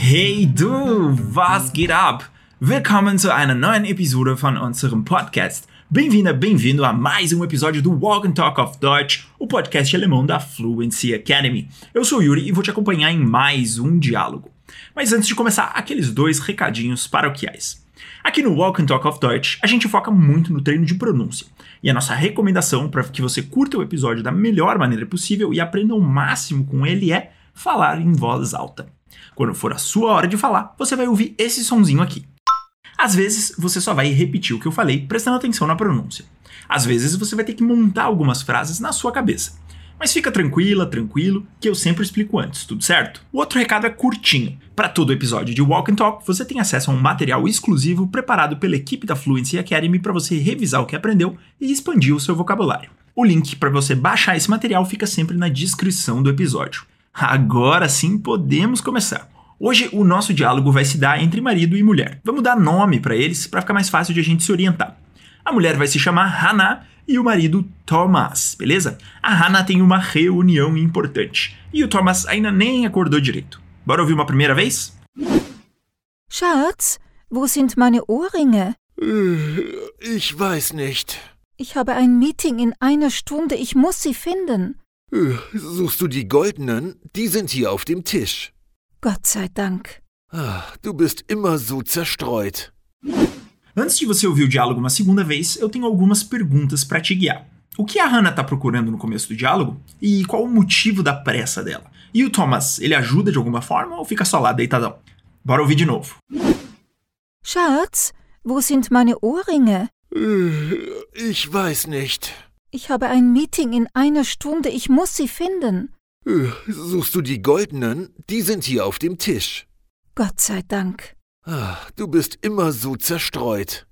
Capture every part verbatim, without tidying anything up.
Hey du, was geht ab? Willkommen zu einer neuen Episode von unserem Podcast. Bem-vinda, bem-vindo a mais um episódio do Walk and Talk of Deutsch, o podcast alemão da Fluency Academy. Eu sou o Yuri e vou te acompanhar em mais um diálogo. Mas antes de começar, aqueles dois recadinhos paroquiais. Aqui no Walk and Talk of Deutsch, a gente foca muito no treino de pronúncia. E a nossa recomendação para que você curta o episódio da melhor maneira possível e aprenda o máximo com ele é falar em voz alta. Quando for a sua hora de falar, você vai ouvir esse sonzinho aqui. Às vezes, você só vai repetir o que eu falei, prestando atenção na pronúncia. Às vezes, você vai ter que montar algumas frases na sua cabeça. Mas fica tranquila, tranquilo, que eu sempre explico antes, tudo certo? O outro recado é curtinho. Para todo episódio de Walk and Talk, você tem acesso a um material exclusivo preparado pela equipe da Fluency Academy para você revisar o que aprendeu e expandir o seu vocabulário. O link para você baixar esse material fica sempre na descrição do episódio. Agora sim podemos começar. Hoje o nosso diálogo vai se dar entre marido e mulher. Vamos dar nome para eles para ficar mais fácil de a gente se orientar. A mulher vai se chamar Hannah e o marido Thomas, beleza? A Hannah tem uma reunião importante e o Thomas ainda nem acordou direito. Bora ouvir uma primeira vez? Schatz, wo sind meine Ohrringe? Ich weiß nicht. Ich habe ein Meeting in einer Stunde, ich muss sie finden. Suchst du die goldenen? Die sind hier auf dem Tisch. Gott sei Dank. Ah, du bist immer so zerstreut. Antes de você ouvir o diálogo uma segunda vez, eu tenho algumas perguntas para te guiar. O que a Hannah está procurando no começo do diálogo? E qual o motivo da pressa dela? E o Thomas, ele ajuda de alguma forma ou fica só lá deitadão? Bora ouvir de novo. Schatz, wo sind meine Ohrringe? Ich weiß nicht. Ich habe ein Meeting in einer Stunde, ich muss sie finden. Suchst du die goldenen? Die sind hier auf dem Tisch. Gott sei Dank. Ah, du bist immer so zerstreut.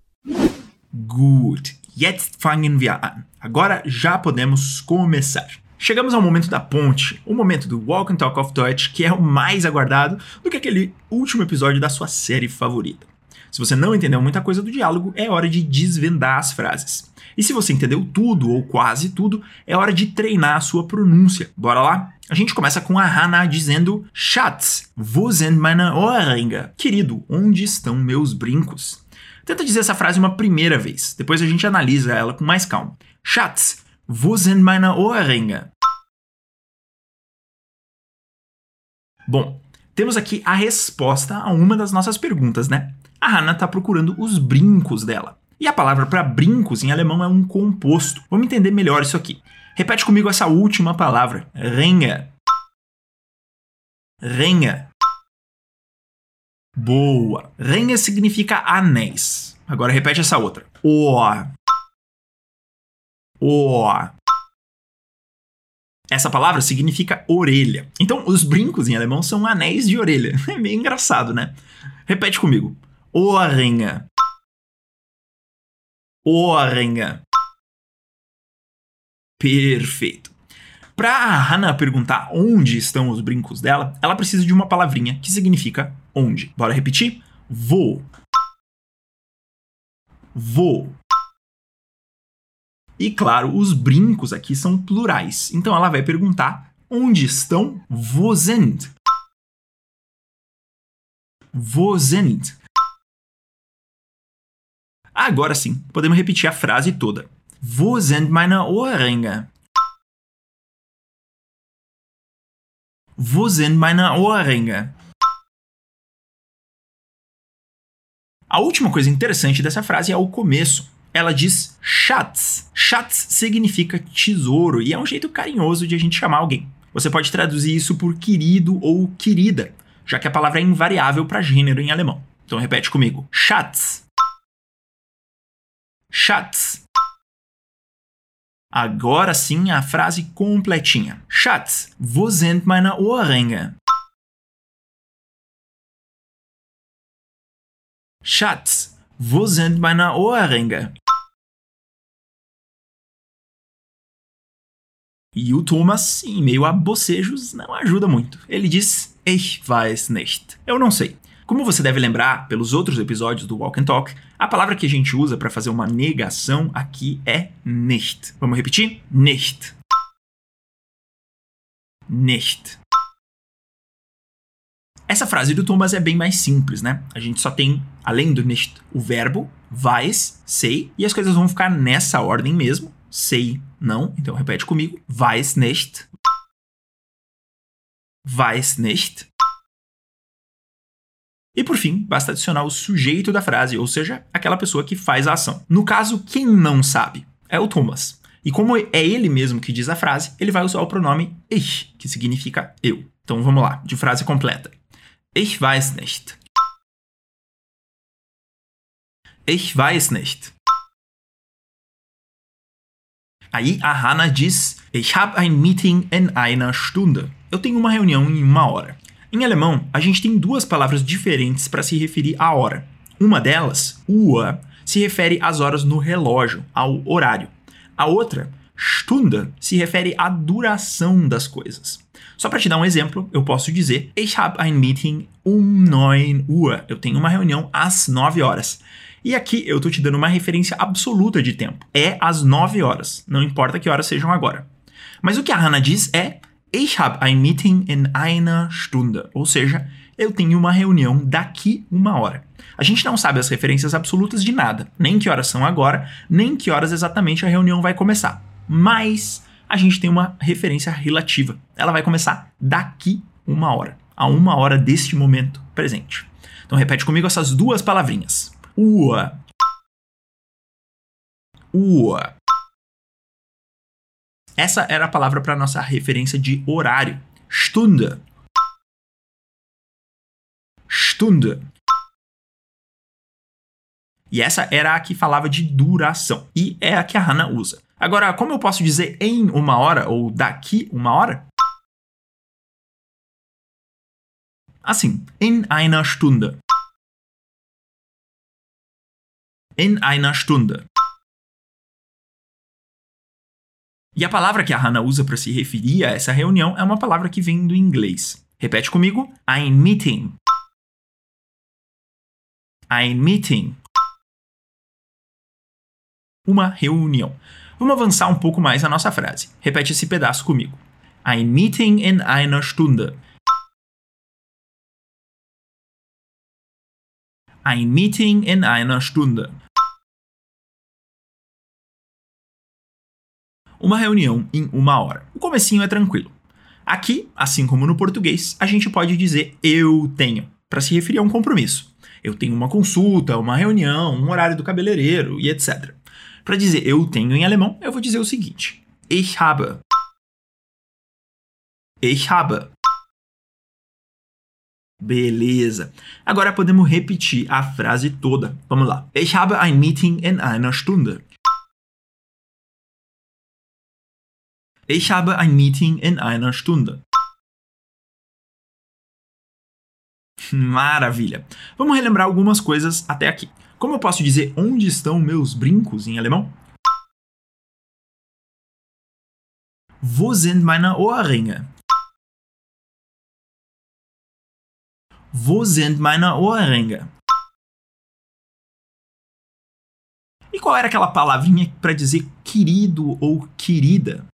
Gut, jetzt fangen wir an. Agora já podemos começar. Chegamos ao momento da ponte, o momento do Walk and Talk of Deutsch, que é o mais aguardado do que aquele último episódio da sua série favorita. Se você não entendeu muita coisa do diálogo, é hora de desvendar as frases. E se você entendeu tudo ou quase tudo, é hora de treinar a sua pronúncia. Bora lá? A gente começa com a Hannah dizendo Schatz, wo sind meine Ohrringe? Querido, onde estão meus brincos? Tenta dizer essa frase uma primeira vez, depois a gente analisa ela com mais calma. Schatz, wo sind meine Ohrringe? Bom, temos aqui a resposta a uma das nossas perguntas, né? A Hannah está procurando os brincos dela. E a palavra para brincos em alemão é um composto. Vamos entender melhor isso aqui. Repete comigo essa última palavra. Ringe. Ringe. Boa. Ringe significa anéis. Agora repete essa outra. Ohr. Ohr. Essa palavra significa orelha. Então, os brincos em alemão são anéis de orelha. É meio engraçado, né? Repete comigo. Ohrringe. Ohrringe. Perfeito. Para a Hannah perguntar onde estão os brincos dela, ela precisa de uma palavrinha que significa onde. Bora repetir? Wo. Wo. E claro, os brincos aqui são plurais. Então ela vai perguntar onde estão? Wo sind? Wo sind? Agora sim, podemos repetir a frase toda. Wo sind meine Ohrringe? Wo sind meine Ohrringe? A última coisa interessante dessa frase é o começo. Ela diz Schatz. Schatz significa tesouro e é um jeito carinhoso de a gente chamar alguém. Você pode traduzir isso por querido ou querida, já que a palavra é invariável para gênero em alemão. Então repete comigo. Schatz. Schatz. Agora sim a frase completinha. Schatz, wo sind meine Ohrringe? Schatz, wo sind meine Ohrringe? E o Thomas, em meio a bocejos, não ajuda muito. Ele diz, ich weiß nicht. Eu não sei. Como você deve lembrar pelos outros episódios do Walk and Talk, a palavra que a gente usa para fazer uma negação aqui é nicht. Vamos repetir? Nicht. Nicht. Essa frase do Thomas é bem mais simples, né? A gente só tem, além do nicht, o verbo, weiß, sei, e as coisas vão ficar nessa ordem mesmo. Sei, não. Então repete comigo. Weiß nicht. Weiß nicht. E por fim, basta adicionar o sujeito da frase, ou seja, aquela pessoa que faz a ação. No caso, quem não sabe é o Thomas. E como é ele mesmo que diz a frase, ele vai usar o pronome ich, que significa eu. Então vamos lá, de frase completa. Ich weiß nicht. Ich weiß nicht. Aí a Hannah diz, ich habe ein Meeting in einer Stunde. Eu tenho uma reunião em uma hora. Em alemão, a gente tem duas palavras diferentes para se referir à hora. Uma delas, Uhr, se refere às horas no relógio, ao horário. A outra, Stunde, se refere à duração das coisas. Só para te dar um exemplo, eu posso dizer Ich habe ein Meeting um neun Uhr. Eu tenho uma reunião às nove horas. E aqui eu estou te dando uma referência absoluta de tempo. É às nove horas. Não importa que horas sejam agora. Mas o que a Hannah diz é Ich habe ein Meeting in einer Stunde. Ou seja, eu tenho uma reunião daqui uma hora. A gente não sabe as referências absolutas de nada. Nem que horas são agora, nem que horas exatamente a reunião vai começar. Mas a gente tem uma referência relativa. Ela vai começar daqui uma hora. A uma hora deste momento presente. Então repete comigo essas duas palavrinhas. Uhr. Uhr. Essa era a palavra para nossa referência de horário. Stunde. Stunde. E essa era a que falava de duração. E é a que a Hannah usa. Agora, como eu posso dizer em uma hora ou daqui uma hora? Assim, in einer Stunde. In einer Stunde. E a palavra que a Hannah usa para se referir a essa reunião é uma palavra que vem do inglês. Repete comigo. Ein Meeting. Ein Meeting. Uma reunião. Vamos avançar um pouco mais a nossa frase. Repete esse pedaço comigo. Ein Meeting in einer Stunde. Ein Meeting in einer Stunde. Uma reunião em uma hora. O comecinho é tranquilo. Aqui, assim como no português, a gente pode dizer eu tenho, para se referir a um compromisso. Eu tenho uma consulta, uma reunião, um horário do cabeleireiro e etcétera. Para dizer eu tenho em alemão, eu vou dizer o seguinte. Ich habe. Ich habe. Beleza. Agora podemos repetir a frase toda. Vamos lá. Ich habe ein Meeting in einer Stunde. Ich habe ein Meeting in einer Stunde. Maravilha. Vamos relembrar algumas coisas até aqui. Como eu posso dizer onde estão meus brincos em alemão? Wo sind meine Ohrringe? Wo sind meine Ohrringe? E qual era aquela palavrinha para dizer querido ou querida?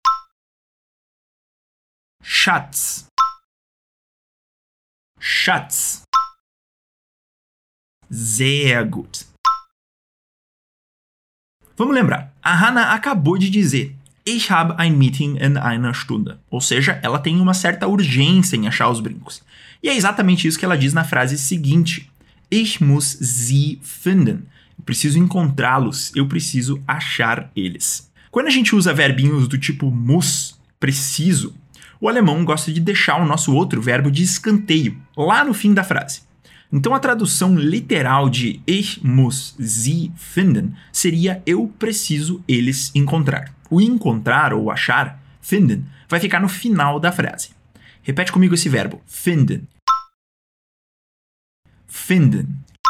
Schatz. Schatz. Sehr gut. Vamos lembrar. A Hannah acabou de dizer Ich habe ein Meeting in einer Stunde. Ou seja, ela tem uma certa urgência em achar os brincos. E é exatamente isso que ela diz na frase seguinte. Ich muss sie finden. Eu preciso encontrá-los. Eu preciso achar eles. Quando a gente usa verbinhos do tipo muss, preciso, o alemão gosta de deixar o nosso outro verbo de escanteio, lá no fim da frase. Então a tradução literal de Ich muss sie finden seria eu preciso eles encontrar. O encontrar ou achar, finden, vai ficar no final da frase. Repete comigo esse verbo, finden. Finden.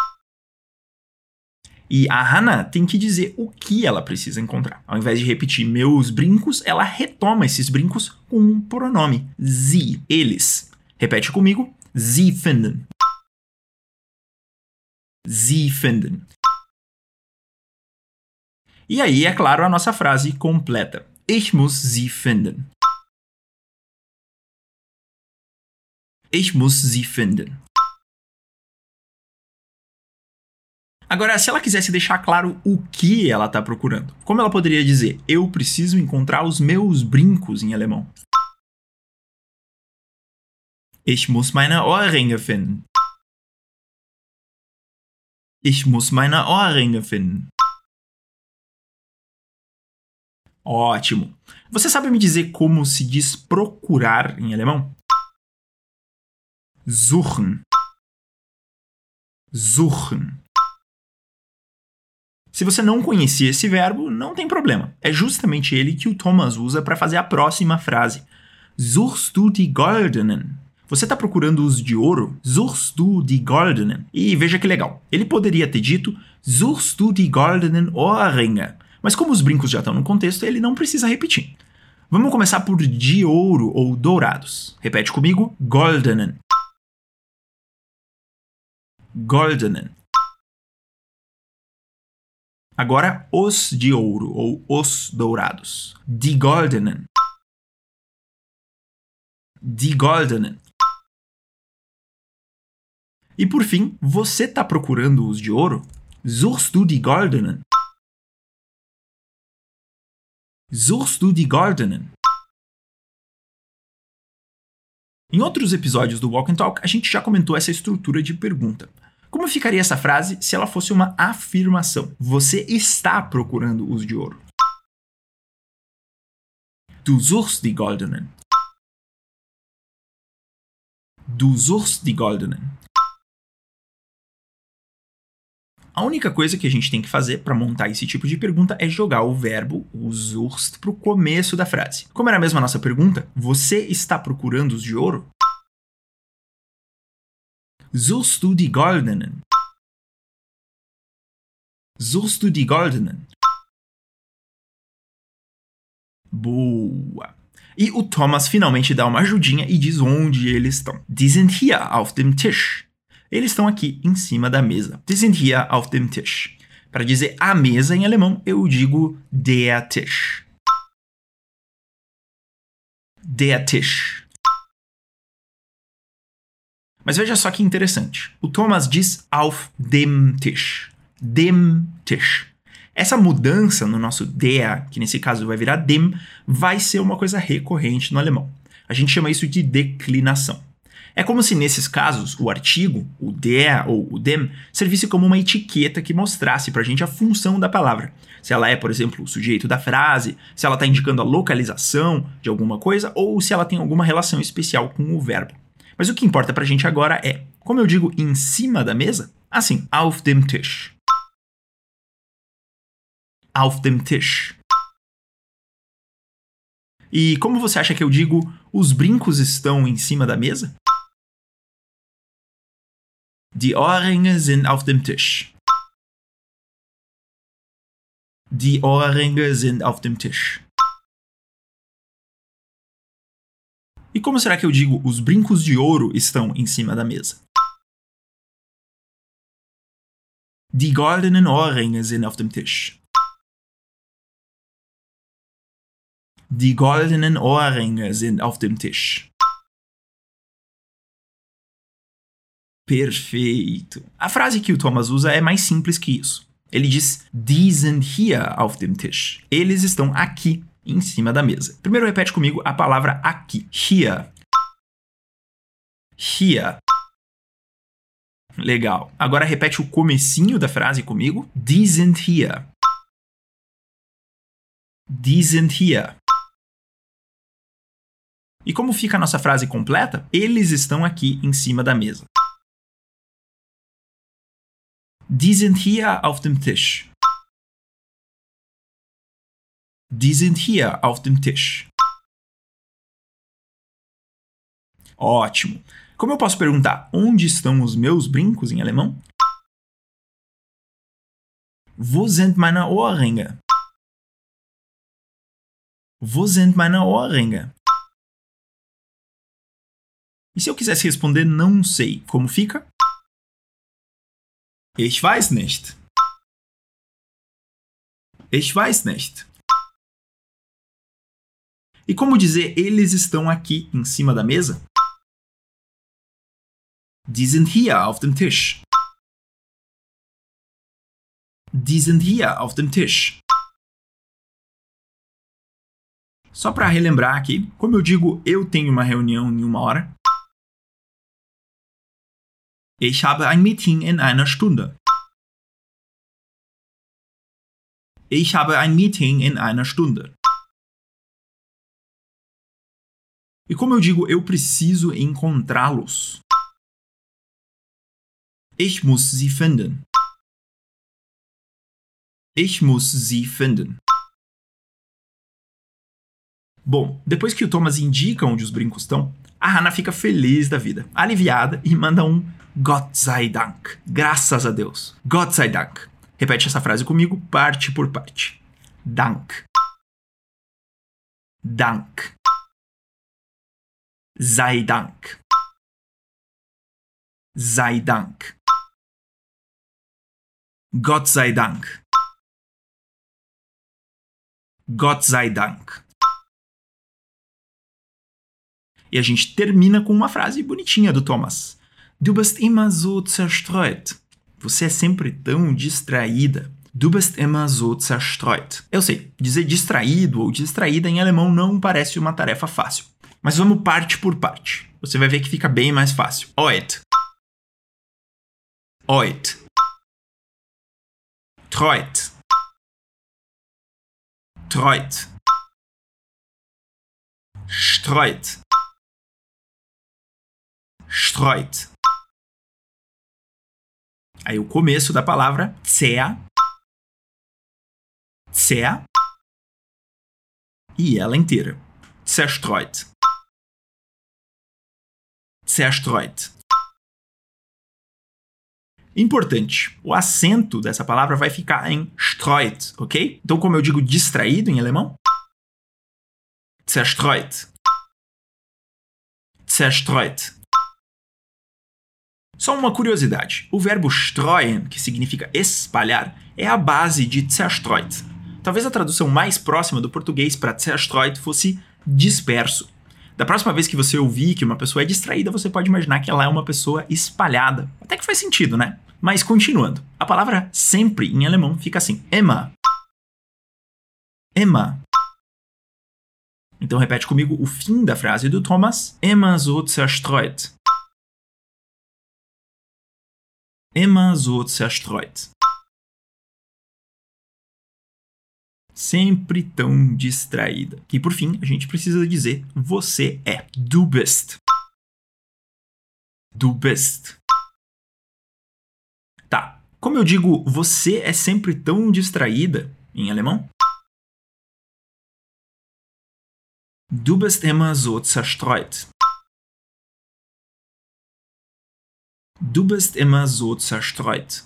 E a Hannah tem que dizer o que ela precisa encontrar. Ao invés de repetir meus brincos, ela retoma esses brincos com um pronome, sie, eles. Repete comigo, sie finden. Sie finden. E aí, é claro, a nossa frase completa. Ich muss sie finden. Ich muss sie finden. Agora, se ela quisesse deixar claro o que ela está procurando, como ela poderia dizer, eu preciso encontrar os meus brincos em alemão? Ich muss meine Ohrringe finden. Ich muss meine Ohrringe finden. Ótimo. Você sabe me dizer como se diz procurar em alemão? Suchen. Suchen. Se você não conhecia esse verbo, não tem problema. É justamente ele que o Thomas usa para fazer a próxima frase. Suchst du die goldenen? Você está procurando os de ouro? Suchst du die goldenen? E veja que legal. Ele poderia ter dito Suchst du die goldenen Ohrringe? Mas como os brincos já estão no contexto, ele não precisa repetir. Vamos começar por de ouro ou dourados. Repete comigo. Goldenen. Goldenen. Agora, os de ouro ou os dourados. Die goldenen. Die goldenen. E por fim, você está procurando os de ouro? Suchst du die goldenen? Suchst du die goldenen? Em outros episódios do Walk and Talk, a gente já comentou essa estrutura de pergunta. Como ficaria essa frase se ela fosse uma afirmação? Você está procurando os de ouro. Du suchst die goldenen. Du suchst die goldenen. A única coisa que a gente tem que fazer para montar esse tipo de pergunta é jogar o verbo, o suchst, para o começo da frase. Como era mesmo a nossa pergunta, você está procurando os de ouro? Suchst du die goldenen? Suchst du die goldenen? Boa! E o Thomas finalmente dá uma ajudinha e diz onde eles estão. Die sind hier auf dem Tisch. Eles estão aqui em cima da mesa. Die sind hier auf dem Tisch. Para dizer a mesa em alemão, eu digo der Tisch. Der Tisch. Mas veja só que interessante. O Thomas diz auf dem Tisch. Dem Tisch. Essa mudança no nosso der, que nesse caso vai virar dem, vai ser uma coisa recorrente no alemão. A gente chama isso de declinação. É como se nesses casos o artigo, o der ou o dem, servisse como uma etiqueta que mostrasse pra gente a função da palavra. Se ela é, por exemplo, o sujeito da frase, se ela está indicando a localização de alguma coisa ou se ela tem alguma relação especial com o verbo. Mas o que importa pra gente agora é, como eu digo em cima da mesa, assim, auf dem Tisch. Auf dem Tisch. E como você acha que eu digo os brincos estão em cima da mesa? Die Ohrringe sind auf dem Tisch. Die Ohrringe sind auf dem Tisch. E como será que eu digo os brincos de ouro estão em cima da mesa? Die goldenen Ohrringe sind auf dem Tisch. Die goldenen Ohrringe sind auf dem Tisch. Perfeito. A frase que o Thomas usa é mais simples que isso. Ele diz, die sind hier auf dem Tisch. Eles estão aqui, em cima da mesa. Primeiro repete comigo a palavra aqui. Hier. Hier. Legal. Agora repete o comecinho da frase comigo. Die sind hier. Die sind hier. E como fica a nossa frase completa? Eles estão aqui em cima da mesa. Die sind hier auf dem Tisch. Die sind hier auf dem Tisch. Ótimo. Como eu posso perguntar onde estão os meus brincos em alemão? Wo sind meine Ohrringe? Wo sind meine Ohrringe? E se eu quisesse responder não sei, como fica? Ich weiß nicht. Ich weiß nicht. E como dizer eles estão aqui em cima da mesa? Die sind hier auf dem Tisch. Die sind hier auf dem Tisch. Só para relembrar aqui, como eu digo, eu tenho uma reunião em uma hora. Ich habe ein Meeting in einer Stunde. Ich habe ein Meeting in einer Stunde. E como eu digo, eu preciso encontrá-los. Ich muss sie finden. Ich muss sie finden. Bom, depois que o Thomas indica onde os brincos estão, a Hannah fica feliz da vida, aliviada, e manda um Gott sei Dank. Graças a Deus. Gott sei Dank. Repete essa frase comigo, parte por parte. Dank. Dank. Sei Dank. Sei Dank. Gott sei Dank. Gott sei Dank. E a gente termina com uma frase bonitinha do Thomas. Du bist immer so zerstreut. Você é sempre tão distraída. Du bist immer so zerstreut. Eu sei, dizer distraído ou distraída em alemão não parece uma tarefa fácil. Mas vamos parte por parte. Você vai ver que fica bem mais fácil. Oit. Oit. Treut. Treut. Streut. Streut. Aí o começo da palavra zer, zer e ela inteira. Zerstreut. Zerstreut. Importante, o acento dessa palavra vai ficar em streut, ok? Então, como eu digo distraído em alemão? Zerstreut. Zerstreut. Só uma curiosidade, o verbo streuen, que significa espalhar, é a base de zerstreut. Talvez a tradução mais próxima do português para zerstreut fosse disperso. Da próxima vez que você ouvir que uma pessoa é distraída, você pode imaginar que ela é uma pessoa espalhada. Até que faz sentido, né? Mas continuando, a palavra sempre em alemão fica assim, immer. Immer. Então repete comigo o fim da frase do Thomas, immer so zerstreut. Immer so zerstreut. Sempre tão distraída. E por fim, a gente precisa dizer você é. Du bist. Du bist. Tá. Como eu digo você é sempre tão distraída em alemão? Du bist immer so zerstreut. Du bist immer so zerstreut.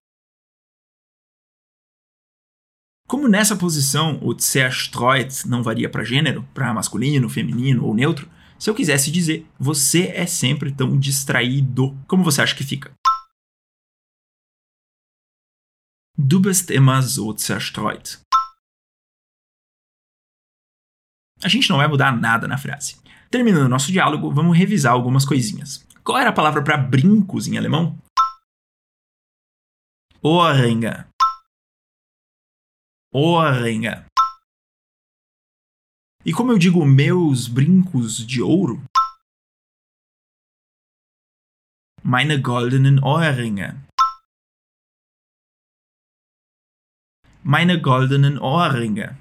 Como nessa posição o zerstreut não varia para gênero, para masculino, feminino ou neutro, se eu quisesse dizer você é sempre tão distraído, como você acha que fica? Du bist immer so zerstreut. A gente não vai mudar nada na frase. Terminando nosso diálogo, vamos revisar algumas coisinhas. Qual era a palavra para brincos em alemão? Ohrringe. Ohrringe. E como eu digo meus brincos de ouro? Meine goldenen Ohrringe. Meine goldenen Ohrringe.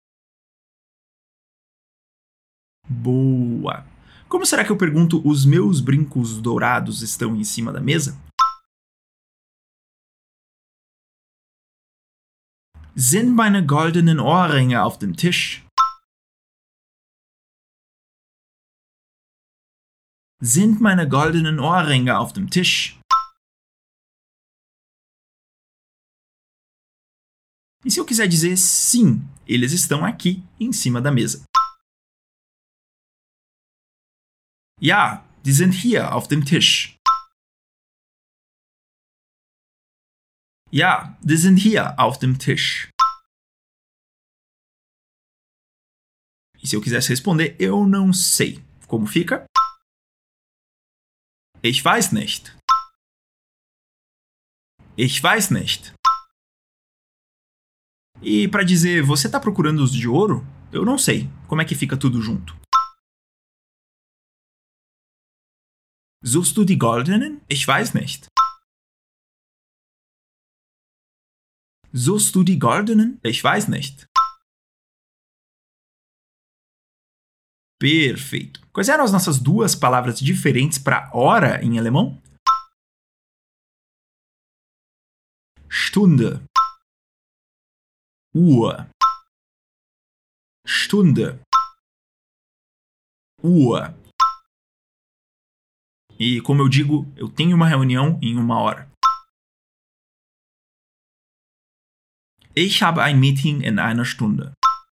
Boa! Como será que eu pergunto os meus brincos dourados estão em cima da mesa? Sind meine goldenen Ohrringe auf dem Tisch? Sind meine goldenen Ohrringe auf dem Tisch? E se eu quiser dizer sim, eles estão aqui em cima da mesa? Ja, die sind hier auf dem Tisch. Ja, die sind hier auf dem Tisch. E se eu quisesse responder, eu não sei. Como fica? Ich weiß nicht. Ich weiß nicht. E para dizer você tá procurando os de ouro, eu não sei. Como é que fica tudo junto? Suchst du die goldenen? Ich weiß nicht. Suchst du die goldenen? Ich weiß nicht. Perfeito. Quais eram as nossas duas palavras diferentes para hora em alemão? Stunde. Uhr. Stunde. Uhr. E como eu digo, eu tenho uma reunião em uma hora. Ich habe ein Meeting in einer Stunde.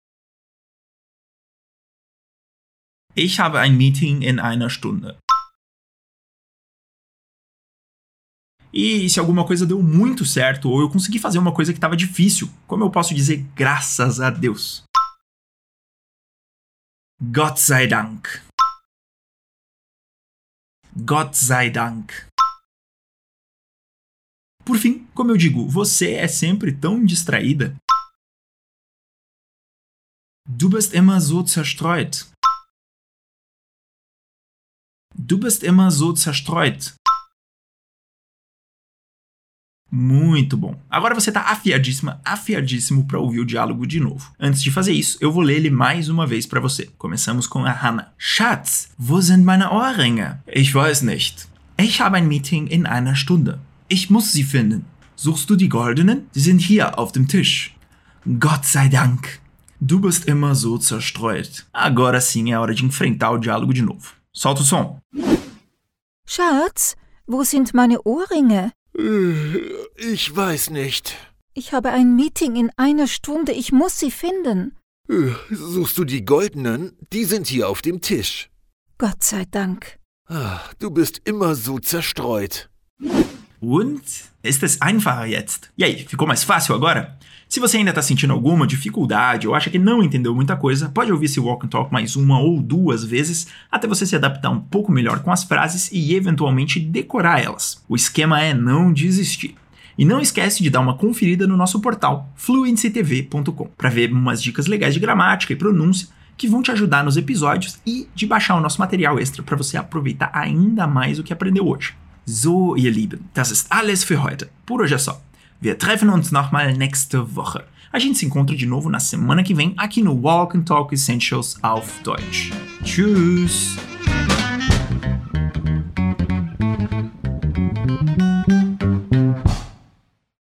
Ich habe ein Meeting in einer Stunde. E se alguma coisa deu muito certo, ou eu consegui fazer uma coisa que estava difícil, como eu posso dizer graças a Deus? Gott sei Dank. Gott sei Dank. Por fim, como eu digo, você é sempre tão distraída. Du bist immer so zerstreut. Du bist immer so zerstreut. Muito bom. Agora você está afiadíssima, afiadíssimo para ouvir o diálogo de novo. Antes de fazer isso, eu vou ler ele mais uma vez para você. Começamos com a Hannah. Schatz, wo sind meine Ohrringe? Ich weiß nicht. Ich habe ein Meeting in einer Stunde. Ich muss sie finden. Suchst du die goldenen? Sie sind hier auf dem Tisch. Gott sei Dank. Du bist immer so zerstreut. Agora sim é hora de enfrentar o diálogo de novo. Solta o som. Schatz, wo sind meine Ohrringe? Ich weiß nicht. Ich habe ein Meeting in einer Stunde. Ich muss sie finden. Suchst du die goldenen? Die sind hier auf dem Tisch. Gott sei Dank. Ah, du bist immer so zerstreut. Und? Ist es einfacher jetzt? E aí, ficou mais fácil agora? Se você ainda está sentindo alguma dificuldade ou acha que não entendeu muita coisa, pode ouvir esse Walk and Talk mais uma ou duas vezes até você se adaptar um pouco melhor com as frases e eventualmente decorar elas. O esquema é não desistir. E não esquece de dar uma conferida no nosso portal fluency t v ponto com para ver umas dicas legais de gramática e pronúncia que vão te ajudar nos episódios e de baixar o nosso material extra para você aproveitar ainda mais o que aprendeu hoje. So, ihr Lieben, das ist alles für heute. Por hoje é só. Wir treffen uns nochmal nächste Woche. A gente se encontra de novo na semana que vem aqui no Walk and Talk Essentials auf Deutsch. Tschüss!